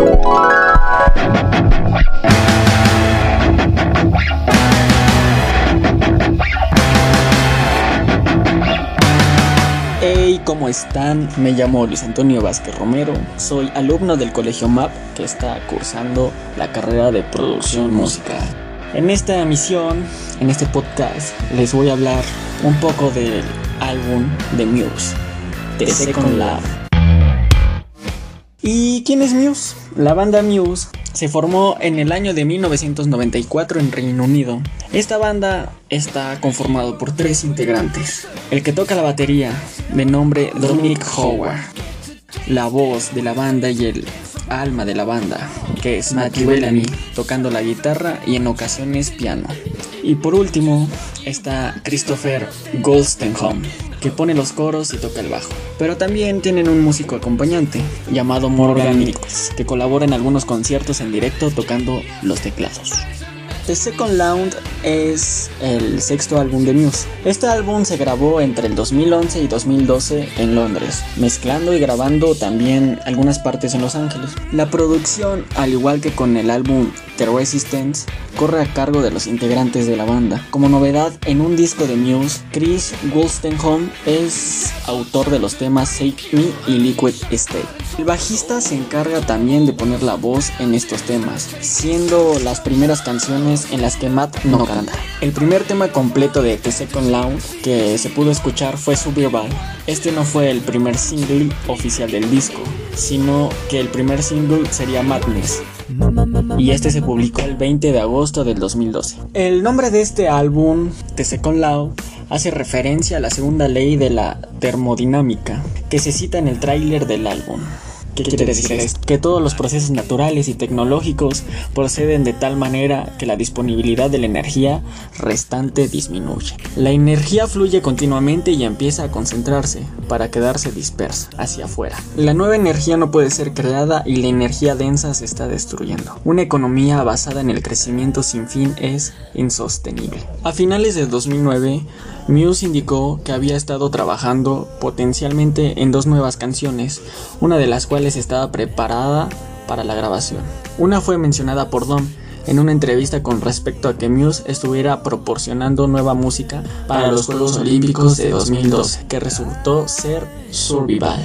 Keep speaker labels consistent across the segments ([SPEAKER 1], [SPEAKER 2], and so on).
[SPEAKER 1] Hey, ¿cómo están? Me llamo Luis Antonio Vázquez Romero, soy alumno del Colegio MAP que está cursando la carrera de producción musical. En esta emisión, en este podcast, les voy a hablar un poco del álbum de Muse, The Second Love. ¿Y quién es Muse? La banda Muse se formó en el año de 1994 en Reino Unido. Esta banda está conformado por 3 integrantes. El que toca la batería, de nombre Dominic Howard. La voz de la banda y el alma de la banda, que es Matthew Bellamy, tocando la guitarra y en ocasiones piano. Y por último está Christopher Goldstenholm, que pone los coros y toca el bajo. Pero también tienen un músico acompañante llamado Morgan Nichols, que colabora en algunos conciertos en directo tocando los teclados. The Second Love es el 6º álbum de Muse. Este álbum se grabó entre el 2011 y 2012 en Londres, mezclando y grabando también algunas partes en Los Ángeles. La producción, al igual que con el álbum The Resistance, corre a cargo de los integrantes de la banda. Como novedad, en un disco de Muse, Chris Goldstenholm es autor de los temas Save Me y Liquid State. El bajista se encarga también de poner la voz en estos temas, siendo las primeras canciones en las que Matt no canta. El primer tema completo de The Second Love que se pudo escuchar fue Suburban. Este no fue el primer single oficial del disco, sino que el primer single sería Madness, y este se publicó el 20 de agosto del 2012. El nombre de este álbum, The Second Law, hace referencia a la segunda ley de la termodinámica, que se cita en el tráiler del álbum. ¿Qué quiere decir esto? Que todos los procesos naturales y tecnológicos proceden de tal manera que la disponibilidad de la energía restante disminuye. La energía fluye continuamente y empieza a concentrarse para quedarse dispersa hacia afuera. La nueva energía no puede ser creada y la energía densa se está destruyendo. Una economía basada en el crecimiento sin fin es insostenible. A finales de 2009, Muse indicó que había estado trabajando potencialmente en 2 nuevas canciones, una de las cuales estaba preparada para la grabación. Una fue mencionada por Dom en una entrevista con respecto a que Muse estuviera proporcionando nueva música para los Juegos Olímpicos de 2012, que resultó ser Survival.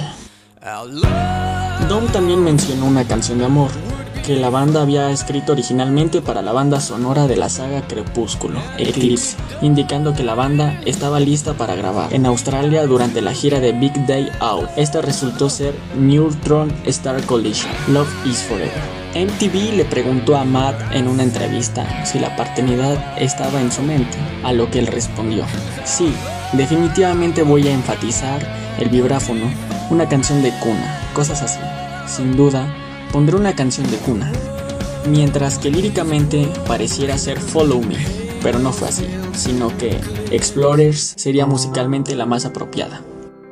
[SPEAKER 1] Dom también mencionó una canción de amor que la banda había escrito originalmente para la banda sonora de la saga Crepúsculo, Eclipse, indicando que la banda estaba lista para grabar en Australia durante la gira de Big Day Out. Esta resultó ser Neutron Star Collision, Love is Forever. MTV le preguntó a Matt en una entrevista si la paternidad estaba en su mente, a lo que él respondió: sí, definitivamente voy a enfatizar el vibráfono, una canción de cuna, cosas así. Sin duda, pondré una canción de cuna, mientras que líricamente pareciera ser Follow Me, pero no fue así, sino que Explorers sería musicalmente la más apropiada.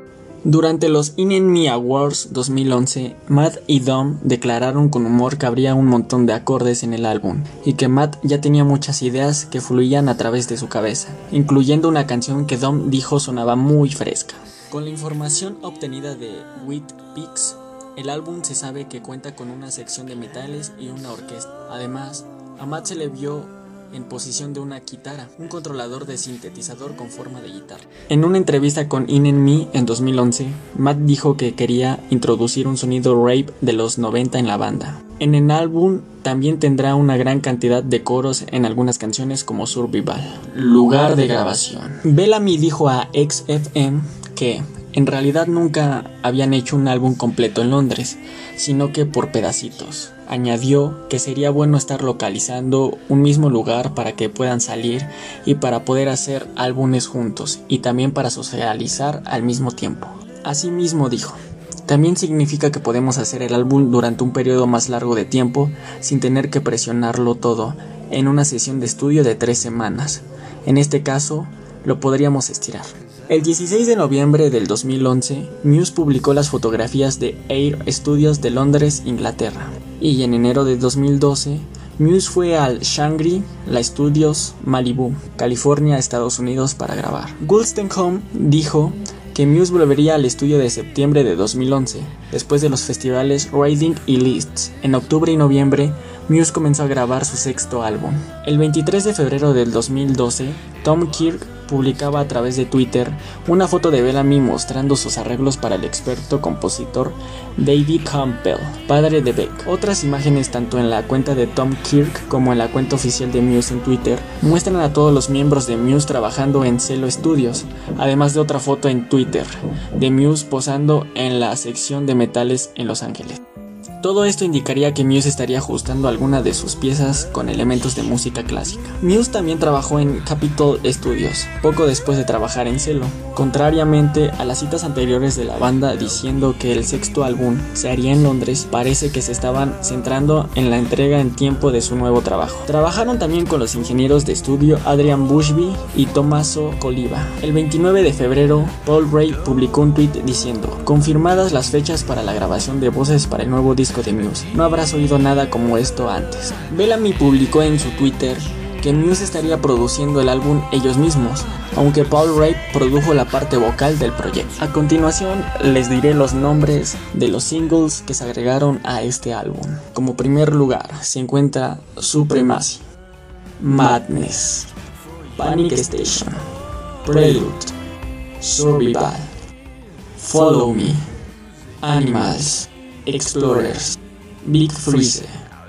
[SPEAKER 1] Durante los INME Awards 2011, Matt y Dom declararon con humor que habría un montón de acordes en el álbum y que Matt ya tenía muchas ideas que fluían a través de su cabeza, incluyendo una canción que Dom dijo sonaba muy fresca. Con la información obtenida de Witpix, el álbum se sabe que cuenta con una sección de metales y una orquesta. Además, a Matt se le vio en posición de una kitara, un controlador de sintetizador con forma de guitarra. En una entrevista con INME en 2011, Matt dijo que quería introducir un sonido rave de los 90 en la banda. En el álbum también tendrá una gran cantidad de coros en algunas canciones como Survival. Lugar de grabación. Bellamy dijo a XFM que en realidad nunca habían hecho un álbum completo en Londres, sino que por pedacitos. Añadió que sería bueno estar localizando un mismo lugar para que puedan salir y para poder hacer álbumes juntos y también para socializar al mismo tiempo. Asimismo dijo: también significa que podemos hacer el álbum durante un periodo más largo de tiempo sin tener que presionarlo todo en una sesión de estudio de 3 semanas. En este caso, lo podríamos estirar. El 16 de noviembre del 2011, Muse publicó las fotografías de Air Studios de Londres, Inglaterra, y en enero de 2012, Muse fue al Shangri-La Studios, Malibu, California, Estados Unidos para grabar. Goldstenholm dijo que Muse volvería al estudio de septiembre de 2011, después de los festivales Reading y Leeds. En octubre y noviembre, Muse comenzó a grabar su sexto álbum. El 23 de febrero del 2012, Tom Kirk publicaba a través de Twitter una foto de Bellamy mostrando sus arreglos para el experto compositor David Campbell, padre de Beck. Otras imágenes tanto en la cuenta de Tom Kirk como en la cuenta oficial de Muse en Twitter muestran a todos los miembros de Muse trabajando en Cello Studios, además de otra foto en Twitter de Muse posando en la sección de metales en Los Ángeles. Todo esto indicaría que Muse estaría ajustando alguna de sus piezas con elementos de música clásica. Muse también trabajó en Capitol Studios, poco después de trabajar en Cello, contrariamente a las citas anteriores de la banda diciendo que el sexto álbum se haría en Londres. Parece que se estaban centrando en la entrega en tiempo de su nuevo trabajo. Trabajaron también con los ingenieros de estudio Adrian Bushby y Tommaso Coliva. El 29 de febrero, Paul Ray publicó un tweet diciendo: confirmadas las fechas para la grabación de voces para el nuevo disco de Muse. No habrás oído nada como esto antes. Bellamy publicó en su Twitter que Muse estaría produciendo el álbum ellos mismos, aunque Paul Ray produjo la parte vocal del proyecto. A continuación les diré los nombres de los singles que se agregaron a este álbum. Como primer lugar se encuentra Supremacy, Madness, Panic Station, Prelude, Survival, Follow Me, Animals, Explorers, Big Freeze,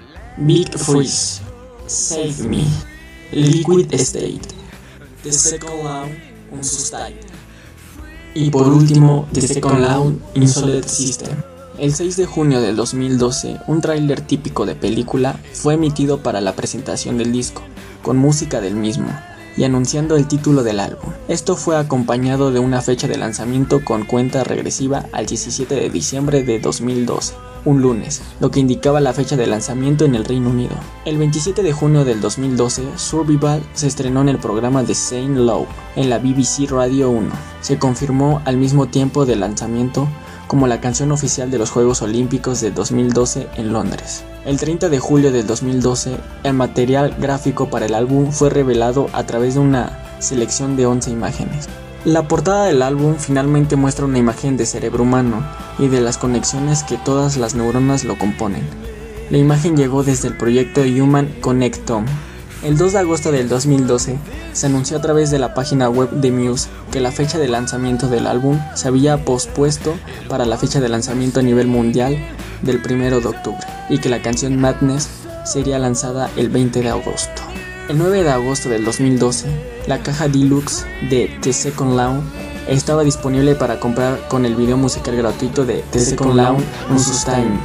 [SPEAKER 1] Save Me, Liquid State, The Second Law, Unsustain, y por último The Second Law, Insolent System. El 6 de junio del 2012, un tráiler típico de película fue emitido para la presentación del disco, con música del mismo y anunciando el título del álbum. Esto fue acompañado de una fecha de lanzamiento con cuenta regresiva al 17 de diciembre de 2012, un lunes, lo que indicaba la fecha de lanzamiento en el Reino Unido. El 27 de junio del 2012, Survival se estrenó en el programa de Saint Lowe en la BBC Radio 1. Se confirmó al mismo tiempo del lanzamiento como la canción oficial de los Juegos Olímpicos de 2012 en Londres. El 30 de julio del 2012, el material gráfico para el álbum fue revelado a través de una selección de 11 imágenes. La portada del álbum finalmente muestra una imagen de cerebro humano y de las conexiones que todas las neuronas lo componen. La imagen llegó desde el proyecto Human Connectome. El 2 de agosto del 2012 se anunció a través de la página web de Muse que la fecha de lanzamiento del álbum se había pospuesto para la fecha de lanzamiento a nivel mundial del 1 de octubre y que la canción Madness sería lanzada el 20 de agosto. El 9 de agosto del 2012, la caja deluxe de The Second Law estaba disponible para comprar con el video musical gratuito de The Second Law, Unsustain.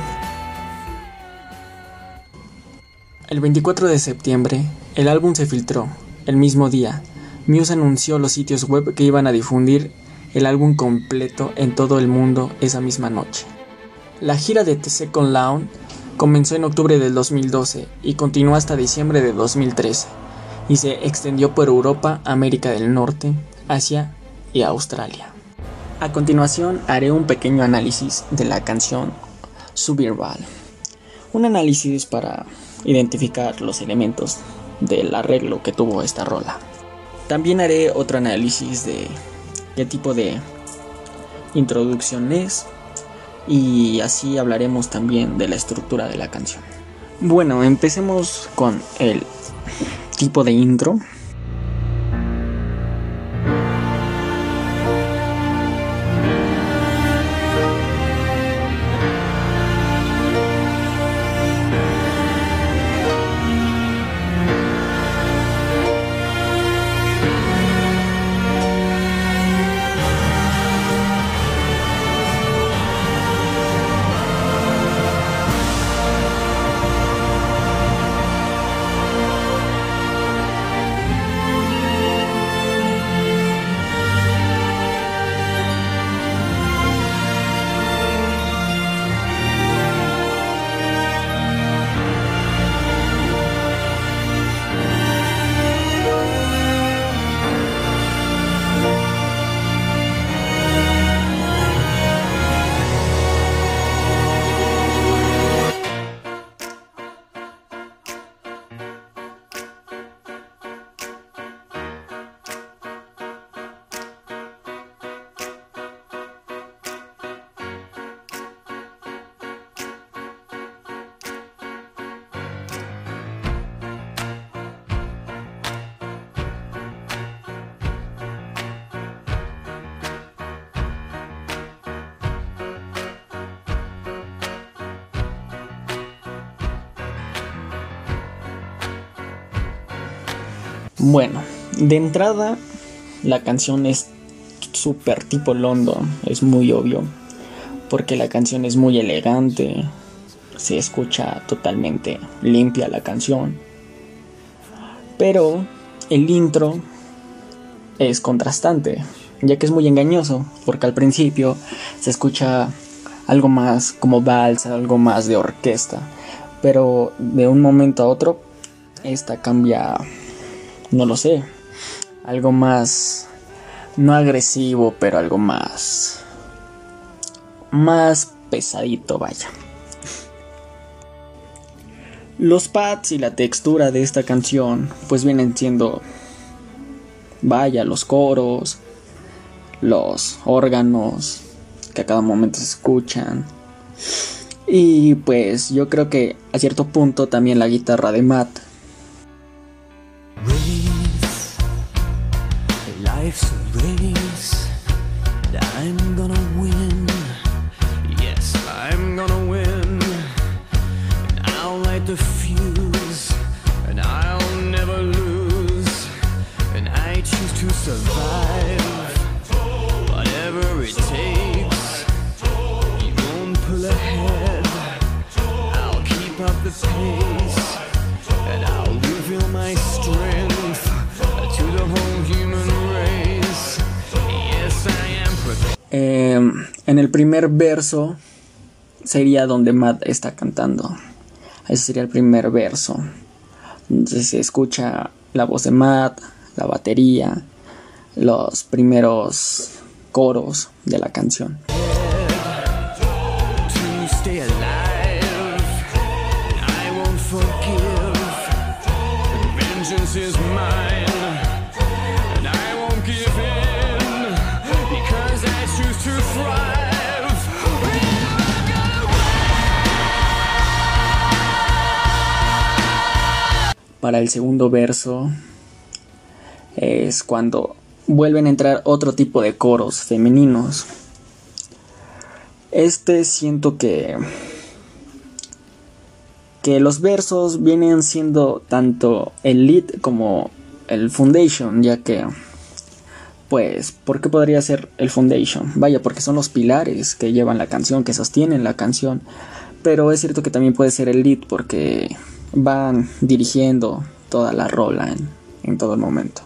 [SPEAKER 1] El 24 de septiembre, el álbum se filtró. El mismo día, Muse anunció los sitios web que iban a difundir el álbum completo en todo el mundo esa misma noche. La gira de The Second Law comenzó en octubre del 2012 y continuó hasta diciembre de 2013 y se extendió por Europa, América del Norte, Asia y Australia. A continuación haré un pequeño análisis de la canción Survival. Un análisis para identificar los elementos del arreglo que tuvo esta rola. También haré otro análisis de qué tipo de introducción es y así hablaremos también de la estructura de la canción. Bueno, empecemos con el tipo de intro. Bueno, de entrada la canción es súper tipo London, es muy obvio, porque la canción es muy elegante, se escucha totalmente limpia la canción, pero el intro es contrastante, ya que es muy engañoso, porque al principio se escucha algo más como vals, algo más de orquesta, pero de un momento a otro esta cambia, no lo sé, algo más, no agresivo, pero algo más pesadito, vaya. Los pads y la textura de esta canción pues vienen siendo, vaya, los coros, los órganos que a cada momento se escuchan, y pues yo creo que a cierto punto también la guitarra de Matt.
[SPEAKER 2] Life's a race, I'm gonna win. Yes, I'm gonna win. And I'll light the fuse, and I'll never lose. And I choose to survive, whatever it takes. You won't pull ahead, I'll keep up the pace. And I'll reveal my strength to the whole human race. Yes, I am prepared.
[SPEAKER 1] En el primer verso sería donde Matt está cantando. Ese sería el primer verso. Entonces se escucha la voz de Matt, la batería, los primeros coros de la canción.
[SPEAKER 2] To stay alive, I won't forgive. Vengeance is mine, and I won't give in, because I choose to thrive.
[SPEAKER 1] Para el segundo verso es cuando vuelven a entrar otro tipo de coros femeninos. Siento que los versos vienen siendo tanto el lead como el foundation, ya que pues, ¿por qué podría ser el foundation? Vaya, porque son los pilares que llevan la canción, que sostienen la canción, pero es cierto que también puede ser el lead porque van dirigiendo toda la rola en todo el momento.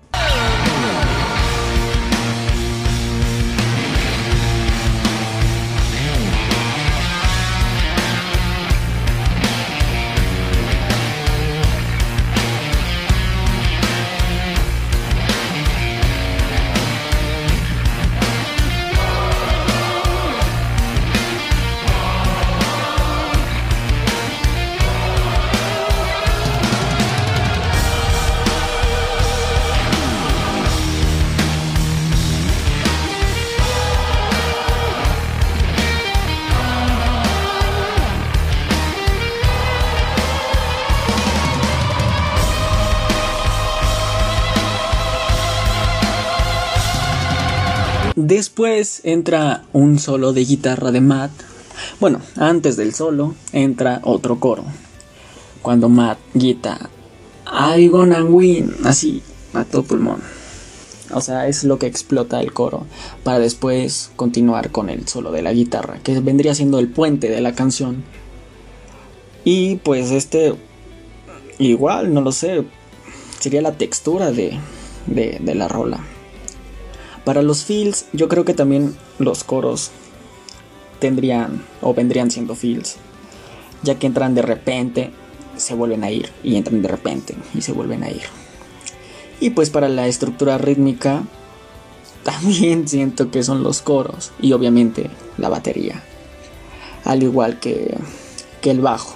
[SPEAKER 1] Después entra un solo de guitarra de Matt. Bueno, antes del solo entra otro coro, cuando Matt grita I gonna win, así, a todo pulmón. O sea, es lo que explota el coro, para después continuar con el solo de la guitarra, que vendría siendo el puente de la canción. Y pues igual, no lo sé, sería la textura de la rola. Para los fills, yo creo que también los coros tendrían o vendrían siendo fills, ya que entran de repente, se vuelven a ir, y entran de repente y se vuelven a ir. Y pues para la estructura rítmica también siento que son los coros y obviamente la batería, al igual que el bajo.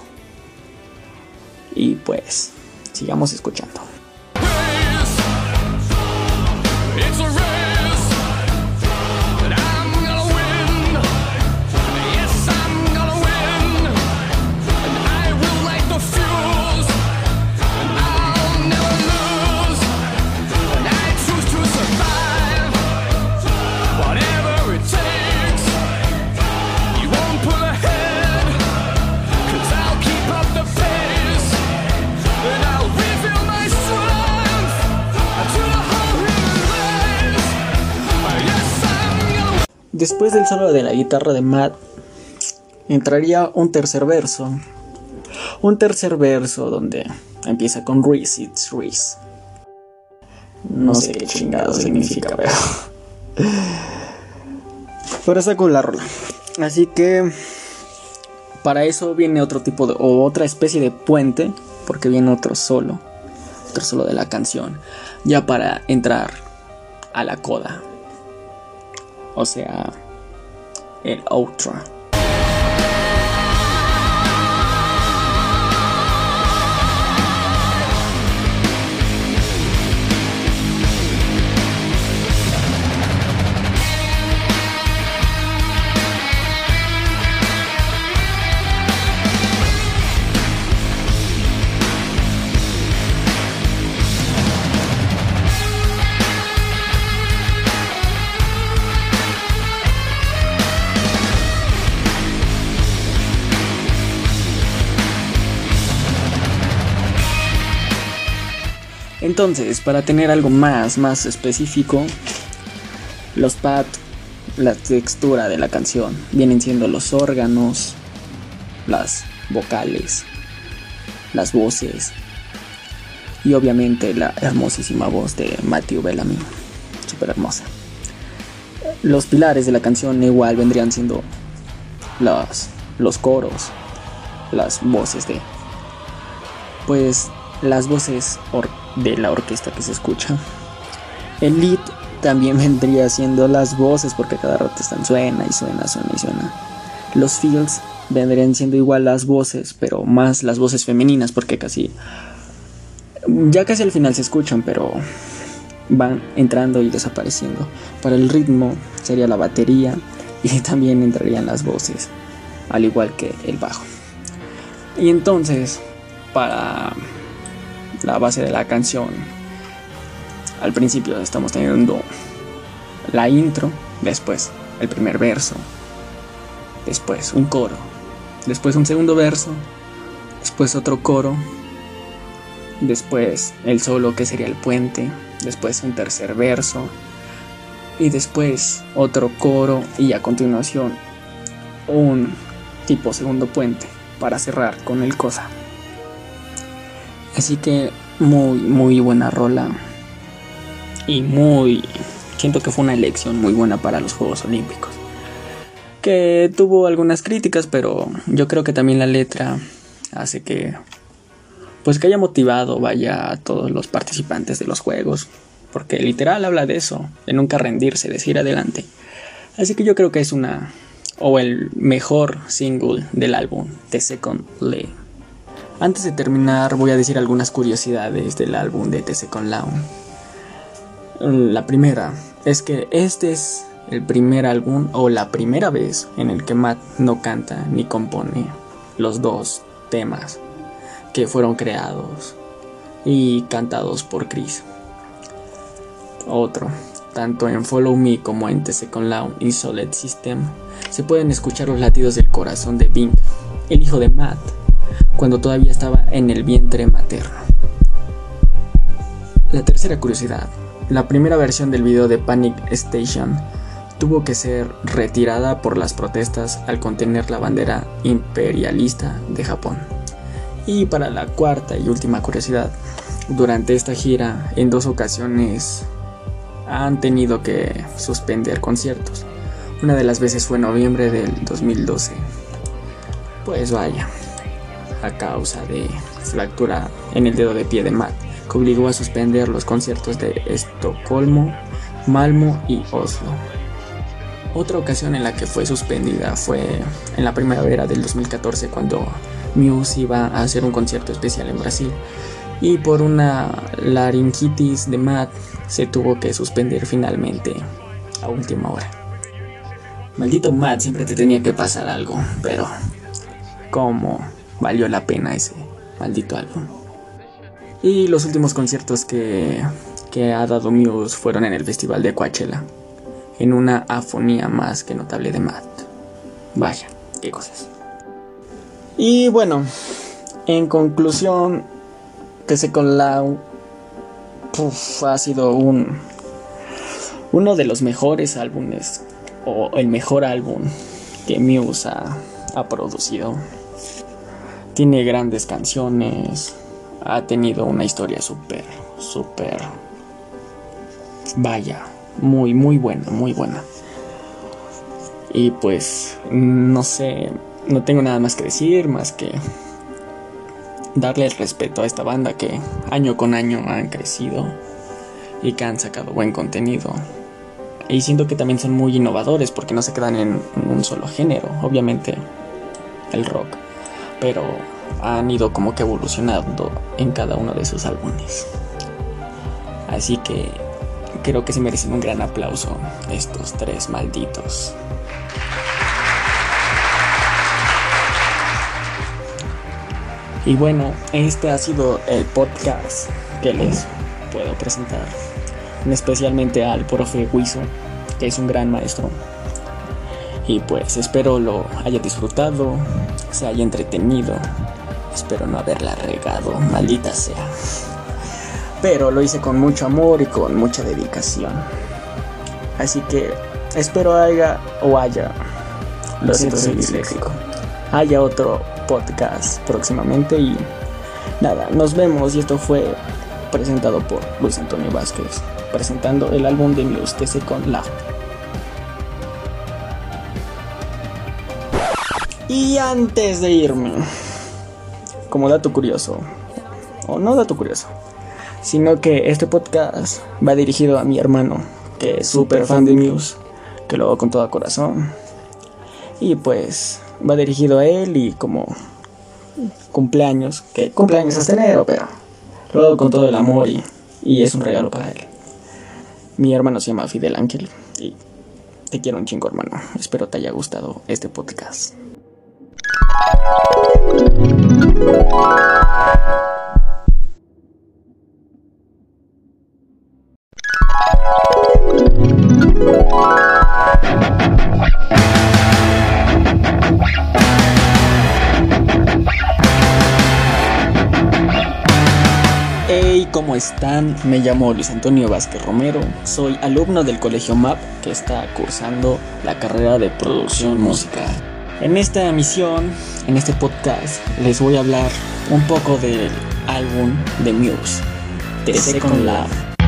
[SPEAKER 1] Y pues sigamos escuchando.
[SPEAKER 2] I'll reveal my
[SPEAKER 1] después del solo de la guitarra de Matt, entraría un tercer verso. Un tercer verso donde empieza con Reese, it's Reese. No sé qué chingado significa, pero está cool la rola. Así que para eso viene otro tipo de, o otra especie de puente, porque viene otro solo de la canción, ya para entrar a la coda, o sea, el outro. Entonces, para tener algo más específico, los pads, la textura de la canción, vienen siendo los órganos, las vocales, las voces y obviamente la hermosísima voz de Matthew Bellamy, súper hermosa. Los pilares de la canción igual vendrían siendo los coros, las voces de, pues, las voces de la orquesta que se escucha. El lead también vendría siendo las voces, porque cada rato están suena. Los fills vendrían siendo igual las voces, pero más las voces femeninas, porque casi al final se escuchan, pero van entrando y desapareciendo. Para el ritmo sería la batería y también entrarían las voces, al igual que el bajo. Y entonces, para la base de la canción, al principio estamos teniendo la intro, después el primer verso, después un coro, después un segundo verso, después otro coro, después el solo que sería el puente, después un tercer verso y después otro coro y a continuación un tipo segundo puente para cerrar con el cosa. Así que muy buena rola y siento que fue una elección muy buena para los Juegos Olímpicos, que tuvo algunas críticas, pero yo creo que también la letra hace que haya motivado a todos los participantes de los juegos, porque literal habla de eso, de nunca rendirse, de seguir adelante. Así que yo creo que es el mejor single del álbum, The Second Law. Antes de terminar, voy a decir algunas curiosidades del álbum de The Second Law. La primera es que este es el primer álbum o la primera vez en el que Matt no canta ni compone los dos temas que fueron creados y cantados por Chris. Otro, tanto en Follow Me como en The Second Law y Solid System se pueden escuchar los latidos del corazón de Bing, el hijo de Matt, cuando todavía estaba en el vientre materno. La tercera curiosidad, la primera versión del video de Panic Station tuvo que ser retirada por las protestas al contener la bandera imperialista de Japón. Y para la cuarta y última curiosidad, durante esta gira en 2 ocasiones han tenido que suspender conciertos. Una de las veces fue en noviembre del 2012. Pues vaya, a causa de fractura en el dedo de pie de Matt, que obligó a suspender los conciertos de Estocolmo, Malmö y Oslo. Otra ocasión en la que fue suspendida fue en la primavera del 2014, cuando Muse iba a hacer un concierto especial en Brasil, y por una laringitis de Matt se tuvo que suspender finalmente a última hora. Maldito Matt, siempre te tenía que pasar algo, pero cómo valió la pena ese maldito álbum. Y los últimos conciertos que ha dado Muse fueron en el festival de Coachella, en una afonía más que notable de Matt. Vaya, qué cosas. Y bueno, en conclusión, The Second Law ha sido uno de los mejores álbumes o el mejor álbum que Muse ha producido. Tiene grandes canciones, ha tenido una historia súper, vaya, muy buena. Y pues, no sé, no tengo nada más que decir, más que darle el respeto a esta banda que año con año han crecido y que han sacado buen contenido. Y siento que también son muy innovadores porque no se quedan en un solo género, obviamente el rock, pero han ido como que evolucionando en cada uno de sus álbumes. Así que creo que se merecen un gran aplauso estos tres malditos. Y bueno, este ha sido el podcast que les puedo presentar, especialmente al profe Wiso, que es un gran maestro. Y pues espero lo haya disfrutado, se haya entretenido. Espero no haberla regado, maldita sea. Pero lo hice con mucho amor y con mucha dedicación. Así que espero haya, lo siento, soy disléxico, haya otro podcast próximamente. Y nada, nos vemos. Y esto fue presentado por Luis Antonio Vázquez, presentando el álbum de Muse, The Second Laugh. Y antes de irme, como dato curioso, o no dato curioso, sino que este podcast va dirigido a mi hermano, que es súper fan de Muse, que lo hago con todo corazón. Y pues va dirigido a él, y como cumpleaños es enero, pero lo hago con todo el amor y es un regalo para él. Mi hermano se llama Fidel Ángel y te quiero un chingo, hermano. Espero te haya gustado este podcast. Hey, ¿cómo están? Me llamo Luis Antonio Vázquez Romero, soy alumno del Colegio MAP que está cursando la carrera de producción musical. En esta misión, en este podcast, les voy a hablar un poco del álbum de Muse, The Second Laugh.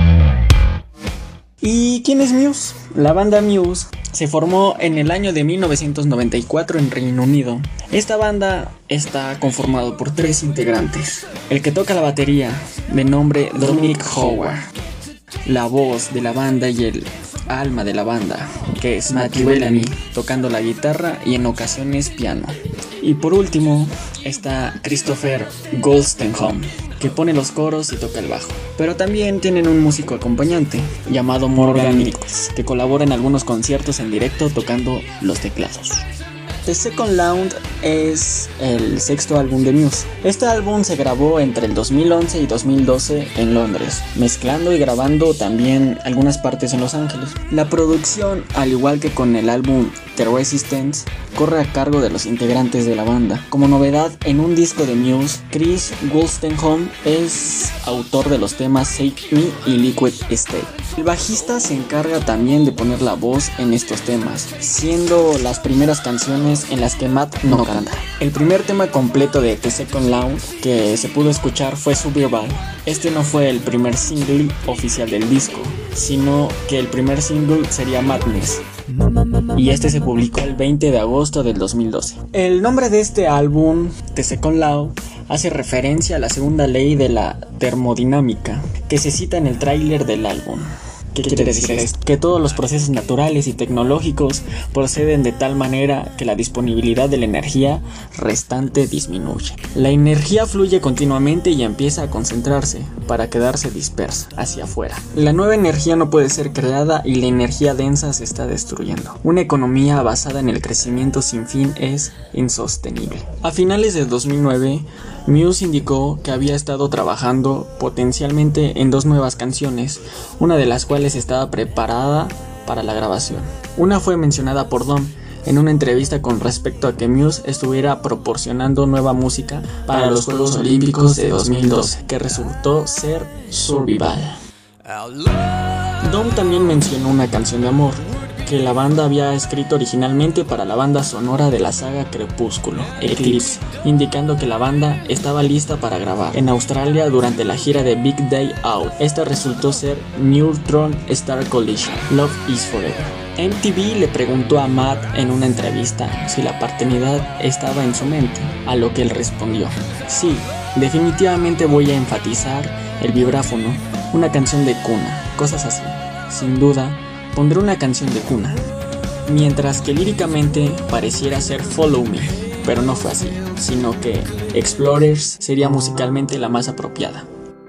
[SPEAKER 1] ¿Y quién es Muse? La banda Muse se formó en el año de 1994 en Reino Unido. Esta banda está conformado por 3 integrantes. El que toca la batería, de nombre Dominic Howard. La voz de la banda y el alma de la banda, que es Matthew Bellamy, tocando la guitarra y en ocasiones piano. Y por último está Christopher Goldstenholm, que pone los coros y toca el bajo. Pero también tienen un músico acompañante llamado Morgan Nichols, que colabora en algunos conciertos en directo tocando los teclados. The Second Laugh es el 6º álbum de Muse. Este álbum se grabó entre el 2011 y 2012 en Londres, mezclando y grabando también algunas partes en Los Ángeles. La producción, al igual que con el álbum The Resistance, corre a cargo de los integrantes de la banda. Como novedad, en un disco de Muse, Chris Goldstenholm es autor de los temas Save Me y Liquid State. El bajista se encarga también de poner la voz en estos temas, siendo las primeras canciones en las que Matt no canta. El primer tema completo de The Second Laugh que se pudo escuchar fue Suburban. Este no fue el primer single oficial del disco, sino que el primer single sería Madness, y este se publicó el 20 de agosto del 2012. El nombre de este álbum, The Second Law, hace referencia a la segunda ley de la termodinámica, que se cita en el tráiler del álbum. ¿Qué quiere decir esto? Que todos los procesos naturales y tecnológicos proceden de tal manera que la disponibilidad de la energía restante disminuye. La energía fluye continuamente y empieza a concentrarse para quedarse dispersa hacia afuera. La nueva energía no puede ser creada y la energía densa se está destruyendo. Una economía basada en el crecimiento sin fin es insostenible. A finales del 2009, Muse indicó que había estado trabajando potencialmente en 2 nuevas canciones, una de las cuales estaba preparada para la grabación. Una fue mencionada por Dom en una entrevista con respecto a que Muse estuviera proporcionando nueva música para los Juegos Olímpicos de 2012, que resultó ser Survival. Dom también mencionó una canción de amor, que la banda había escrito originalmente para la banda sonora de la saga Crepúsculo, Eclipse, indicando que la banda estaba lista para grabar en Australia durante la gira de Big Day Out. Esta resultó ser Neutron Star Collision, Love is Forever. MTV le preguntó a Matt en una entrevista si la paternidad estaba en su mente, a lo que él respondió: sí, definitivamente voy a enfatizar el vibráfono, una canción de cuna, cosas así. Sin duda, pondré una canción de cuna. Mientras que líricamente pareciera ser Follow Me, pero no fue así, sino que Explorers sería musicalmente la más apropiada.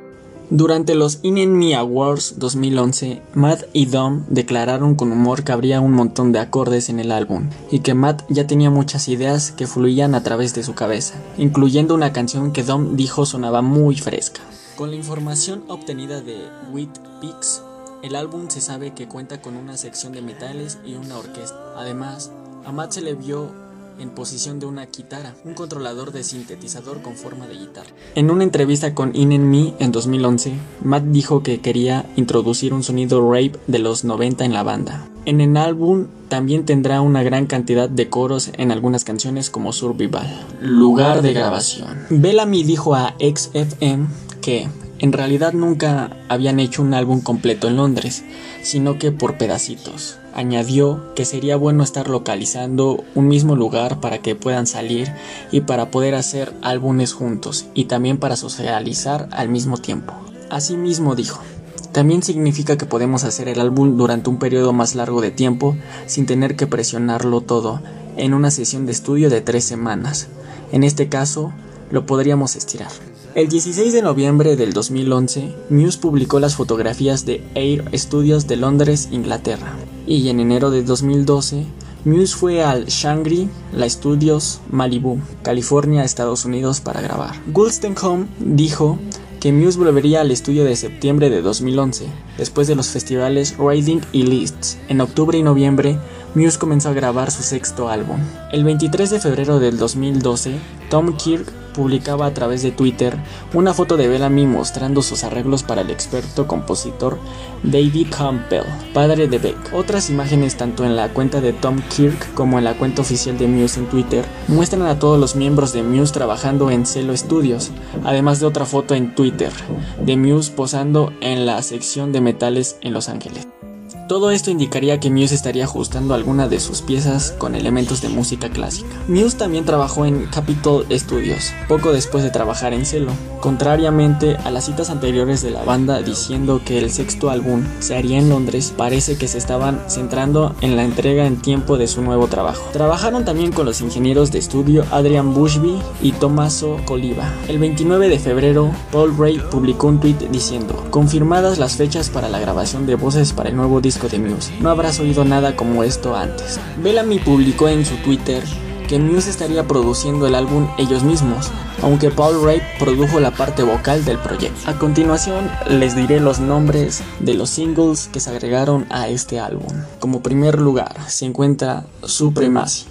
[SPEAKER 1] Durante los INME Awards 2011, Matt y Dom declararon con humor que habría un montón de acordes en el álbum y que Matt ya tenía muchas ideas que fluían a través de su cabeza, incluyendo una canción que Dom dijo sonaba muy fresca. Con la información obtenida de Witpix, el álbum se sabe que cuenta con una sección de metales y una orquesta. Además, a Matt se le vio en posición de una kitara, un controlador de sintetizador con forma de guitarra. En una entrevista con INME en 2011, Matt dijo que quería introducir un sonido rave de los 90 en la banda. En el álbum también tendrá una gran cantidad de coros en algunas canciones como Survival. Lugar de grabación. Bellamy dijo a XFM que en realidad nunca habían hecho un álbum completo en Londres, sino que por pedacitos. Añadió que sería bueno estar localizando un mismo lugar para que puedan salir y para poder hacer álbumes juntos y también para socializar al mismo tiempo. Asimismo dijo: también significa que podemos hacer el álbum durante un periodo más largo de tiempo sin tener que presionarlo todo en una sesión de estudio de 3 semanas. En este caso, lo podríamos estirar. El 16 de noviembre del 2011, Muse publicó las fotografías de Air Studios de Londres, Inglaterra. Y en enero de 2012, Muse fue al Shangri-La Studios, Malibu, California, Estados Unidos para grabar. Wolstenholme dijo que Muse volvería al estudio de septiembre de 2011, después de los festivales Reading y Leeds. En octubre y noviembre, Muse comenzó a grabar su 6º álbum. El 23 de febrero del 2012, Tom Kirk publicaba a través de Twitter una foto de Bellamy mostrando sus arreglos para el experto compositor David Campbell, padre de Beck. Otras imágenes tanto en la cuenta de Tom Kirk como en la cuenta oficial de Muse en Twitter muestran a todos los miembros de Muse trabajando en Cello Studios, además de otra foto en Twitter de Muse posando en la sección de metales en Los Ángeles. Todo esto indicaría que Muse estaría ajustando alguna de sus piezas con elementos de música clásica. Muse también trabajó en Capitol Studios, poco después de trabajar en Cello, contrariamente a las citas anteriores de la banda diciendo que el 6º álbum se haría en Londres. Parece que se estaban centrando en la entrega en tiempo de su nuevo trabajo. Trabajaron también con los ingenieros de estudio Adrian Bushby y Tommaso Coliva. El 29 de febrero, Paul Ray publicó un tweet diciendo: confirmadas las fechas para la grabación de voces para el nuevo disco de Muse. No habrás oído nada como esto antes. Bellamy publicó en su Twitter que Muse estaría produciendo el álbum ellos mismos, aunque Paul Ray produjo la parte vocal del proyecto. A continuación les diré los nombres de los singles que se agregaron a este álbum. Como primer lugar se encuentra Supremacy,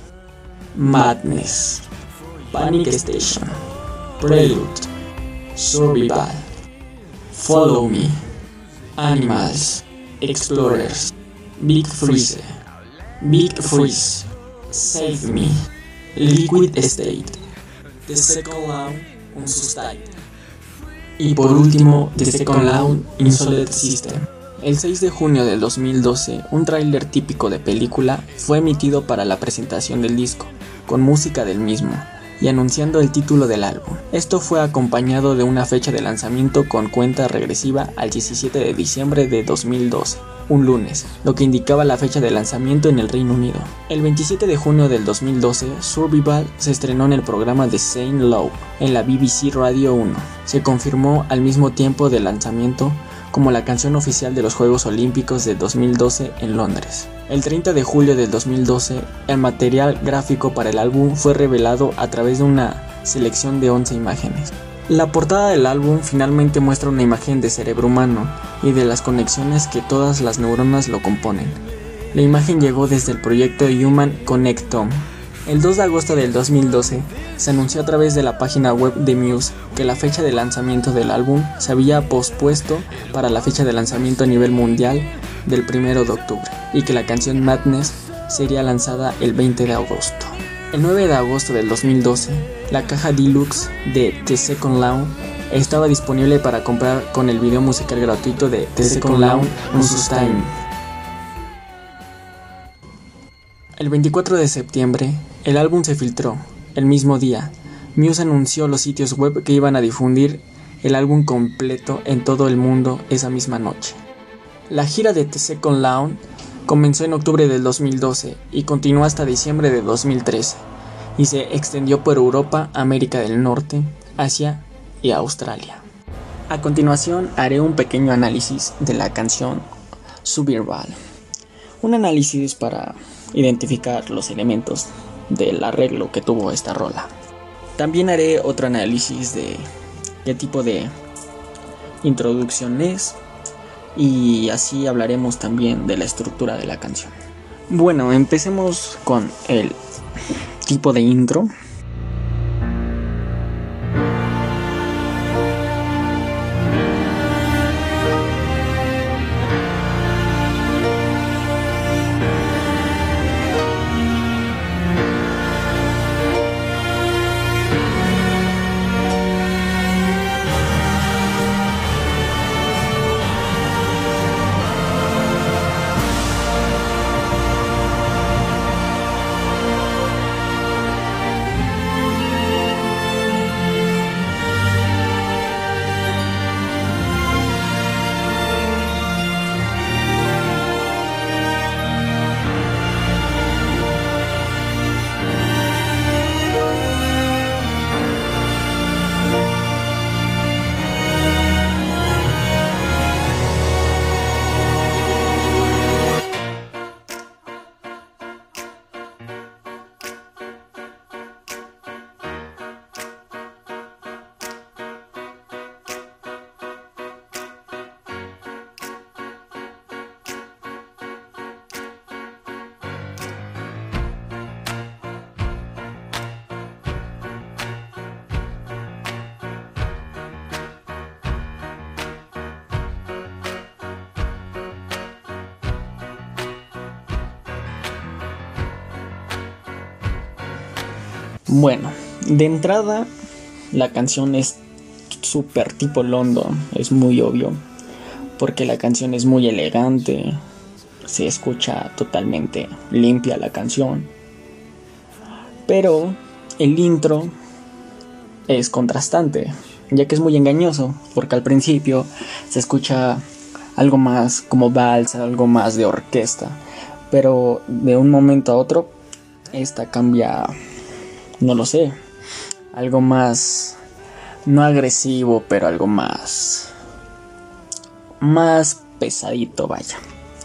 [SPEAKER 1] Madness, Panic Station, Prelude, Survival, Follow Me, Animals, Explorers, Big Freeze, Save Me, Liquid State, The Second Law, Unsustain. Y por último, The Second Law, Insolent System. El 6 de junio del 2012, un tráiler típico de película fue emitido para la presentación del disco, con música del mismo y anunciando el título del álbum. Esto fue acompañado de una fecha de lanzamiento con cuenta regresiva al 17 de diciembre de 2012, un lunes, lo que indicaba la fecha de lanzamiento en el Reino Unido. El 27 de junio del 2012, Survival se estrenó en el programa de Saint Lowe en la BBC Radio 1. Se confirmó al mismo tiempo del lanzamiento como la canción oficial de los Juegos Olímpicos de 2012 en Londres. El 30 de julio del 2012, el material gráfico para el álbum fue revelado a través de una selección de 11 imágenes. La portada del álbum finalmente muestra una imagen de cerebro humano y de las conexiones que todas las neuronas lo componen. La imagen llegó desde el proyecto Human Connectome. El 2 de agosto del 2012 se anunció a través de la página web de Muse que la fecha de lanzamiento del álbum se había pospuesto para la fecha de lanzamiento a nivel mundial del 1 de octubre y que la canción Madness sería lanzada el 20 de agosto. El 9 de agosto del 2012, la caja deluxe de The Second Law estaba disponible para comprar con el video musical gratuito de The Second Law Unsustained. El 24 de septiembre, el álbum se filtró. El mismo día, Muse anunció los sitios web que iban a difundir el álbum completo en todo el mundo esa misma noche. La gira de The Second Law comenzó en octubre del 2012 y continuó hasta diciembre de 2013 y se extendió por Europa, América del Norte, Asia y Australia. A continuación haré un pequeño análisis de la canción Suburban. Un análisis para identificar los elementos del arreglo que tuvo esta rola. También haré otro análisis de qué tipo de introducción es y así hablaremos también de la estructura de la canción. Bueno, empecemos con el tipo de intro. Bueno, de entrada la canción es súper tipo London, es muy obvio, porque la canción es muy elegante, se escucha totalmente limpia la canción, pero el intro es contrastante, ya que es muy engañoso, porque al principio se escucha algo más como vals, algo más de orquesta, pero de un momento a otro esta cambia, no lo sé, algo más, no agresivo, pero algo más pesadito, vaya.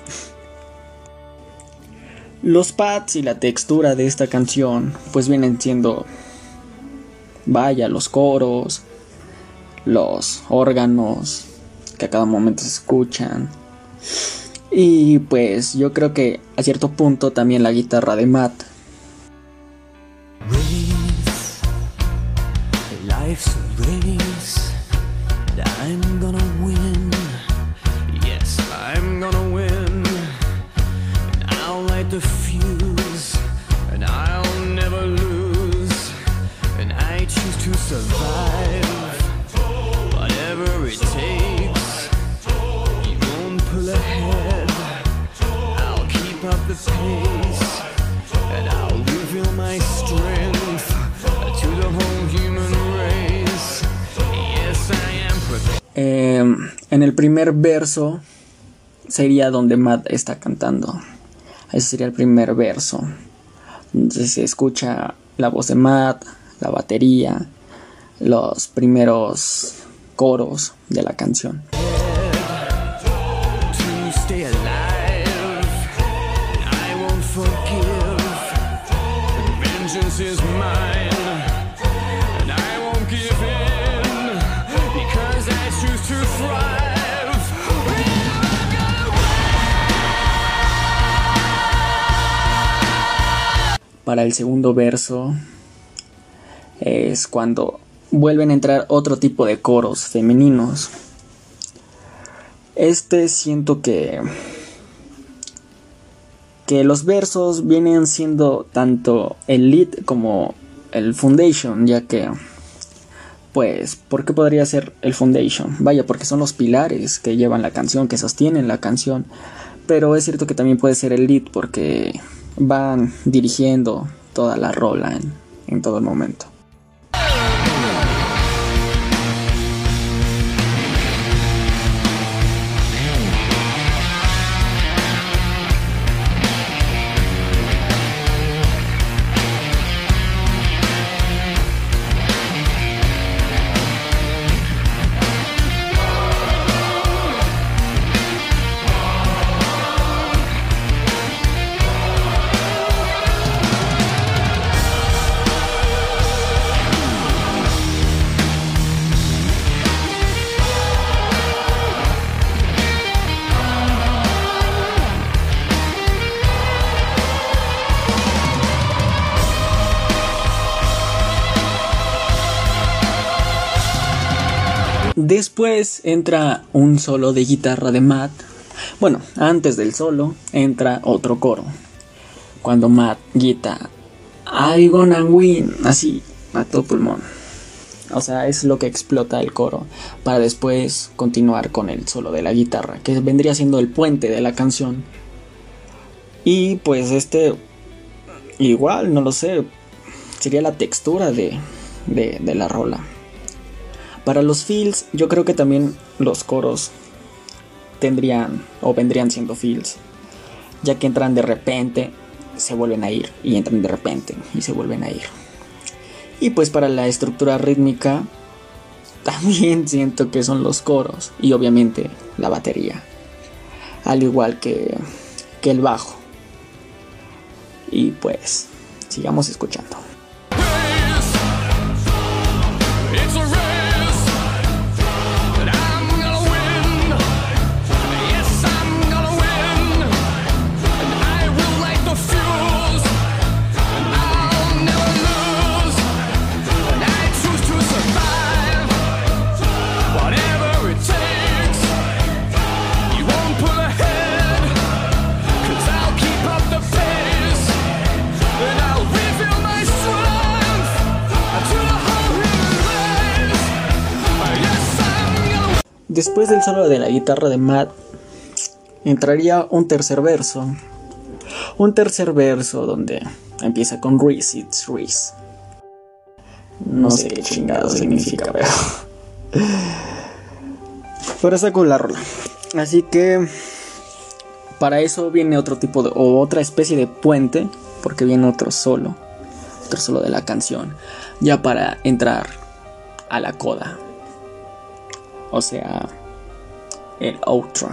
[SPEAKER 1] Los pads y la textura de esta canción pues vienen siendo, vaya, los coros, los órganos que a cada momento se escuchan, y pues yo creo que a cierto punto también la guitarra de Matt.
[SPEAKER 2] Life's a race, and I'm gonna win. Yes, I'm gonna win. And I'll light the fuse, and I'll never lose. And I choose to survive, whatever it takes. You won't pull ahead, I'll keep up the pace. And I'll reveal my strength to the whole human race. Yes, I am prepared.
[SPEAKER 1] En el primer verso sería donde Matt está cantando. Ese sería el primer verso. Entonces se escucha la voz de Matt, la batería, los primeros coros de la canción.
[SPEAKER 2] To stay alive, I won't forgive. Vengeance is mine, and I won't give in, because I choose to thrive.
[SPEAKER 1] Para el segundo verso es cuando vuelven a entrar otro tipo de coros femeninos. Siento que que los versos vienen siendo tanto el lead como el foundation, ya que, pues, ¿por qué podría ser el foundation? Vaya, porque son los pilares que llevan la canción, que sostienen la canción, pero es cierto que también puede ser el lead porque van dirigiendo toda la rola en todo el momento. Después entra un solo de guitarra de Matt. Bueno, antes del solo entra otro coro. Cuando Matt grita I gonna win, así, a todo pulmón. O sea, es lo que explota el coro para después continuar con el solo de la guitarra, que vendría siendo el puente de la canción. Y pues igual, no lo sé, sería la textura de la rola. Para los fills, yo creo que también los coros tendrían o vendrían siendo fills, ya que entran de repente, se vuelven a ir, y entran de repente y se vuelven a ir. Y pues para la estructura rítmica también siento que son los coros y obviamente la batería, al igual que el bajo. Y pues sigamos escuchando. Después del solo de la guitarra de Matt, entraría un tercer verso. Un tercer verso donde empieza con Reese, it's Reese. No sé qué chingado significa, pero está con la rola. Así que para eso viene otro tipo de, o otra especie de puente, porque viene otro solo de la canción, ya para entrar a la coda. O sea, el outro.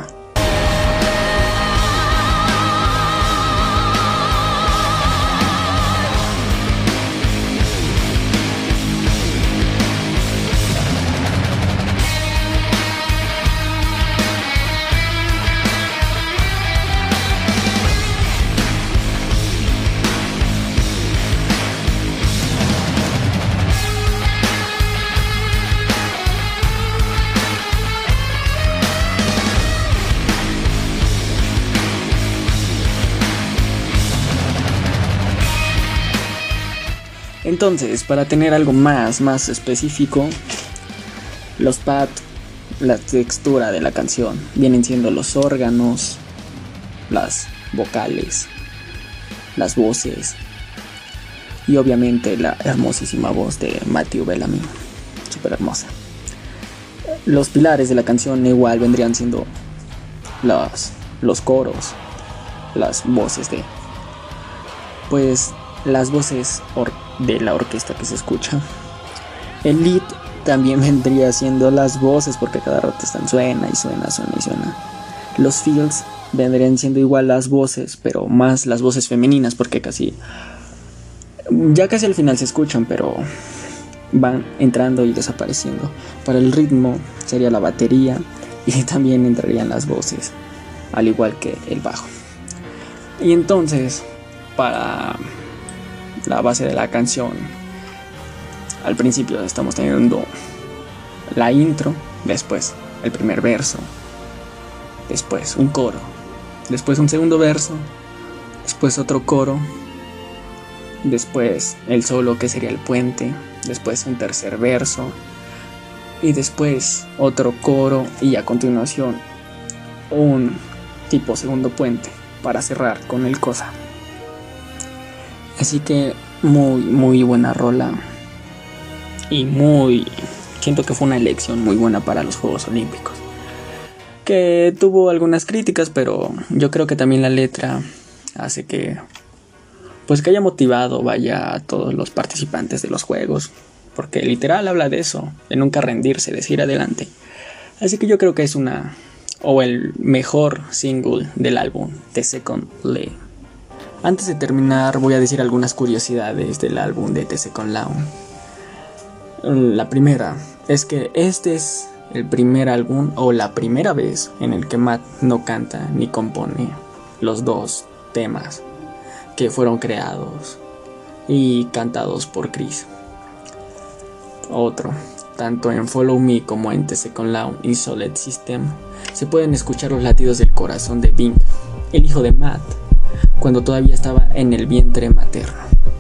[SPEAKER 1] Entonces, para tener algo más específico, los pads, la textura de la canción, vienen siendo los órganos, las vocales, las voces y obviamente la hermosísima voz de Matthew Bellamy, súper hermosa. Los pilares de la canción igual vendrían siendo los coros, las voces las voces de la orquesta que se escucha. El lead también vendría siendo las voces, porque cada rato están suena. Los fills vendrían siendo igual las voces, pero más las voces femeninas, porque casi al final se escuchan, pero van entrando y desapareciendo. Para el ritmo sería la batería y también entrarían las voces, al igual que el bajo. Y entonces, para la base de la canción, al principio estamos teniendo la intro, después el primer verso, después un coro, después un segundo verso después otro coro, después el solo que sería el puente, después un tercer verso y después otro coro y a continuación un tipo segundo puente para cerrar con el cosa. Así que muy buena rola y siento que fue una elección muy buena para los Juegos Olímpicos, que tuvo algunas críticas, pero yo creo que también la letra hace que haya motivado a todos los participantes de los juegos, porque literal habla de eso, de nunca rendirse, de seguir adelante. Así que yo creo que es el mejor single del álbum, The Second Law. Antes de terminar voy a decir algunas curiosidades del álbum de The Second Law. La primera es que este es el primer álbum o la primera vez en el que Matt no canta ni compone los dos temas que fueron creados y cantados por Chris. Otro, tanto en Follow Me como en The Second Law y Solid System se pueden escuchar los latidos del corazón de Bing, el hijo de Matt, cuando todavía estaba en el vientre materno.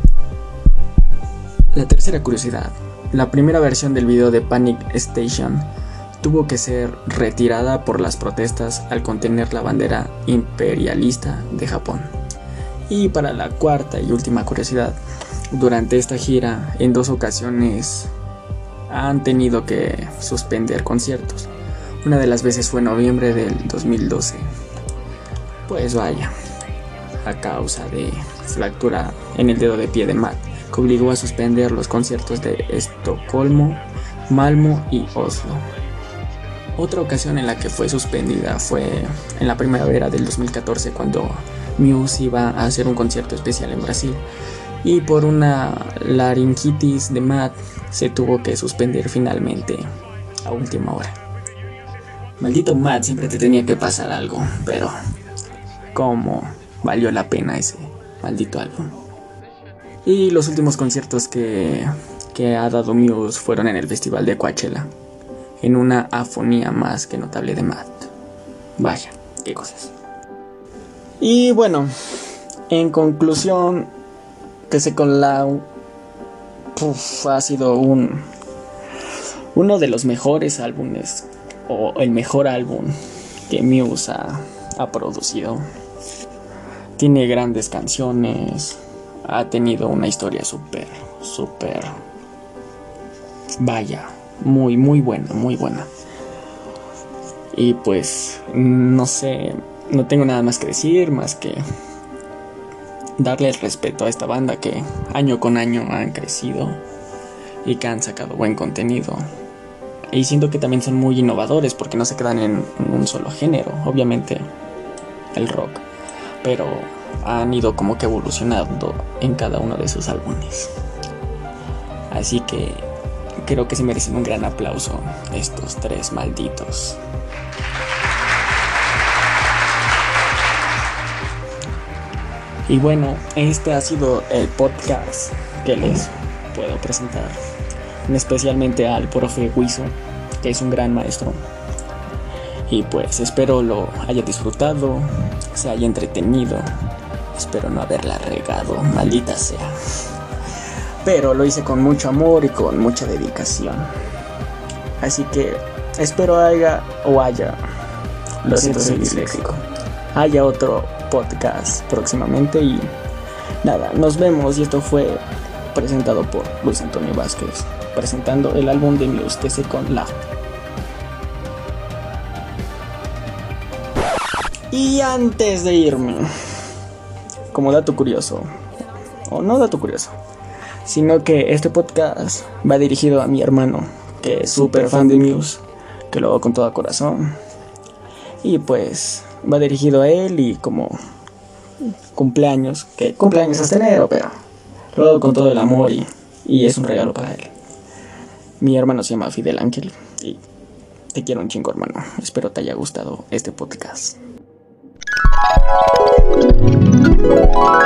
[SPEAKER 1] La tercera curiosidad, la primera versión del video de Panic Station tuvo que ser retirada por las protestas al contener la bandera imperialista de Japón. Y para la cuarta y última curiosidad, durante esta gira en 2 ocasiones han tenido que suspender conciertos. Una de las veces fue en noviembre del 2012. Pues vaya, a causa de fractura en el dedo de pie de Matt, que obligó a suspender los conciertos de Estocolmo, Malmö y Oslo. Otra ocasión en la que fue suspendida fue en la primavera del 2014, cuando Muse iba a hacer un concierto especial en Brasil, y por una laringitis de Matt se tuvo que suspender finalmente a última hora. Maldito Matt, siempre te tenía que pasar algo, pero cómo valió la pena ese maldito álbum. Y los últimos conciertos que ha dado Muse fueron en el festival de Coachella, en una afonía más que notable de Matt. Vaya, qué cosas. Y bueno, en conclusión, The Second Law ha sido uno de los mejores álbumes, o el mejor álbum que Muse ha producido. Tiene grandes canciones, ha tenido una historia súper, vaya, muy buena. Y pues, no sé, no tengo nada más que decir, más que darle el respeto a esta banda que año con año han crecido y que han sacado buen contenido. Y siento que también son muy innovadores porque no se quedan en un solo género, obviamente el rock, pero han ido como que evolucionando en cada uno de sus álbumes. Así que creo que se merecen un gran aplauso estos 3 malditos. Y bueno, este ha sido el podcast que les puedo presentar, especialmente al profe Wiso, que es un gran maestro. Y pues espero lo haya disfrutado, se haya entretenido. Espero no haberla regado, maldita sea. Pero lo hice con mucho amor y con mucha dedicación. Así que espero haya lo siento, soy disléxico, haya otro podcast próximamente. Y nada, nos vemos. Y esto fue presentado por Luis Antonio Vázquez, presentando el álbum de Muse, The Second Law. Y antes de irme, como dato curioso, o no dato curioso, sino que este podcast va dirigido a mi hermano, que es súper fan de Muse, que lo hago con todo corazón. Y pues va dirigido a él, y como cumpleaños es enero, pero lo hago con todo el amor y es un regalo para él. Mi hermano se llama Fidel Ángel y te quiero un chingo, hermano. Espero te haya gustado este podcast.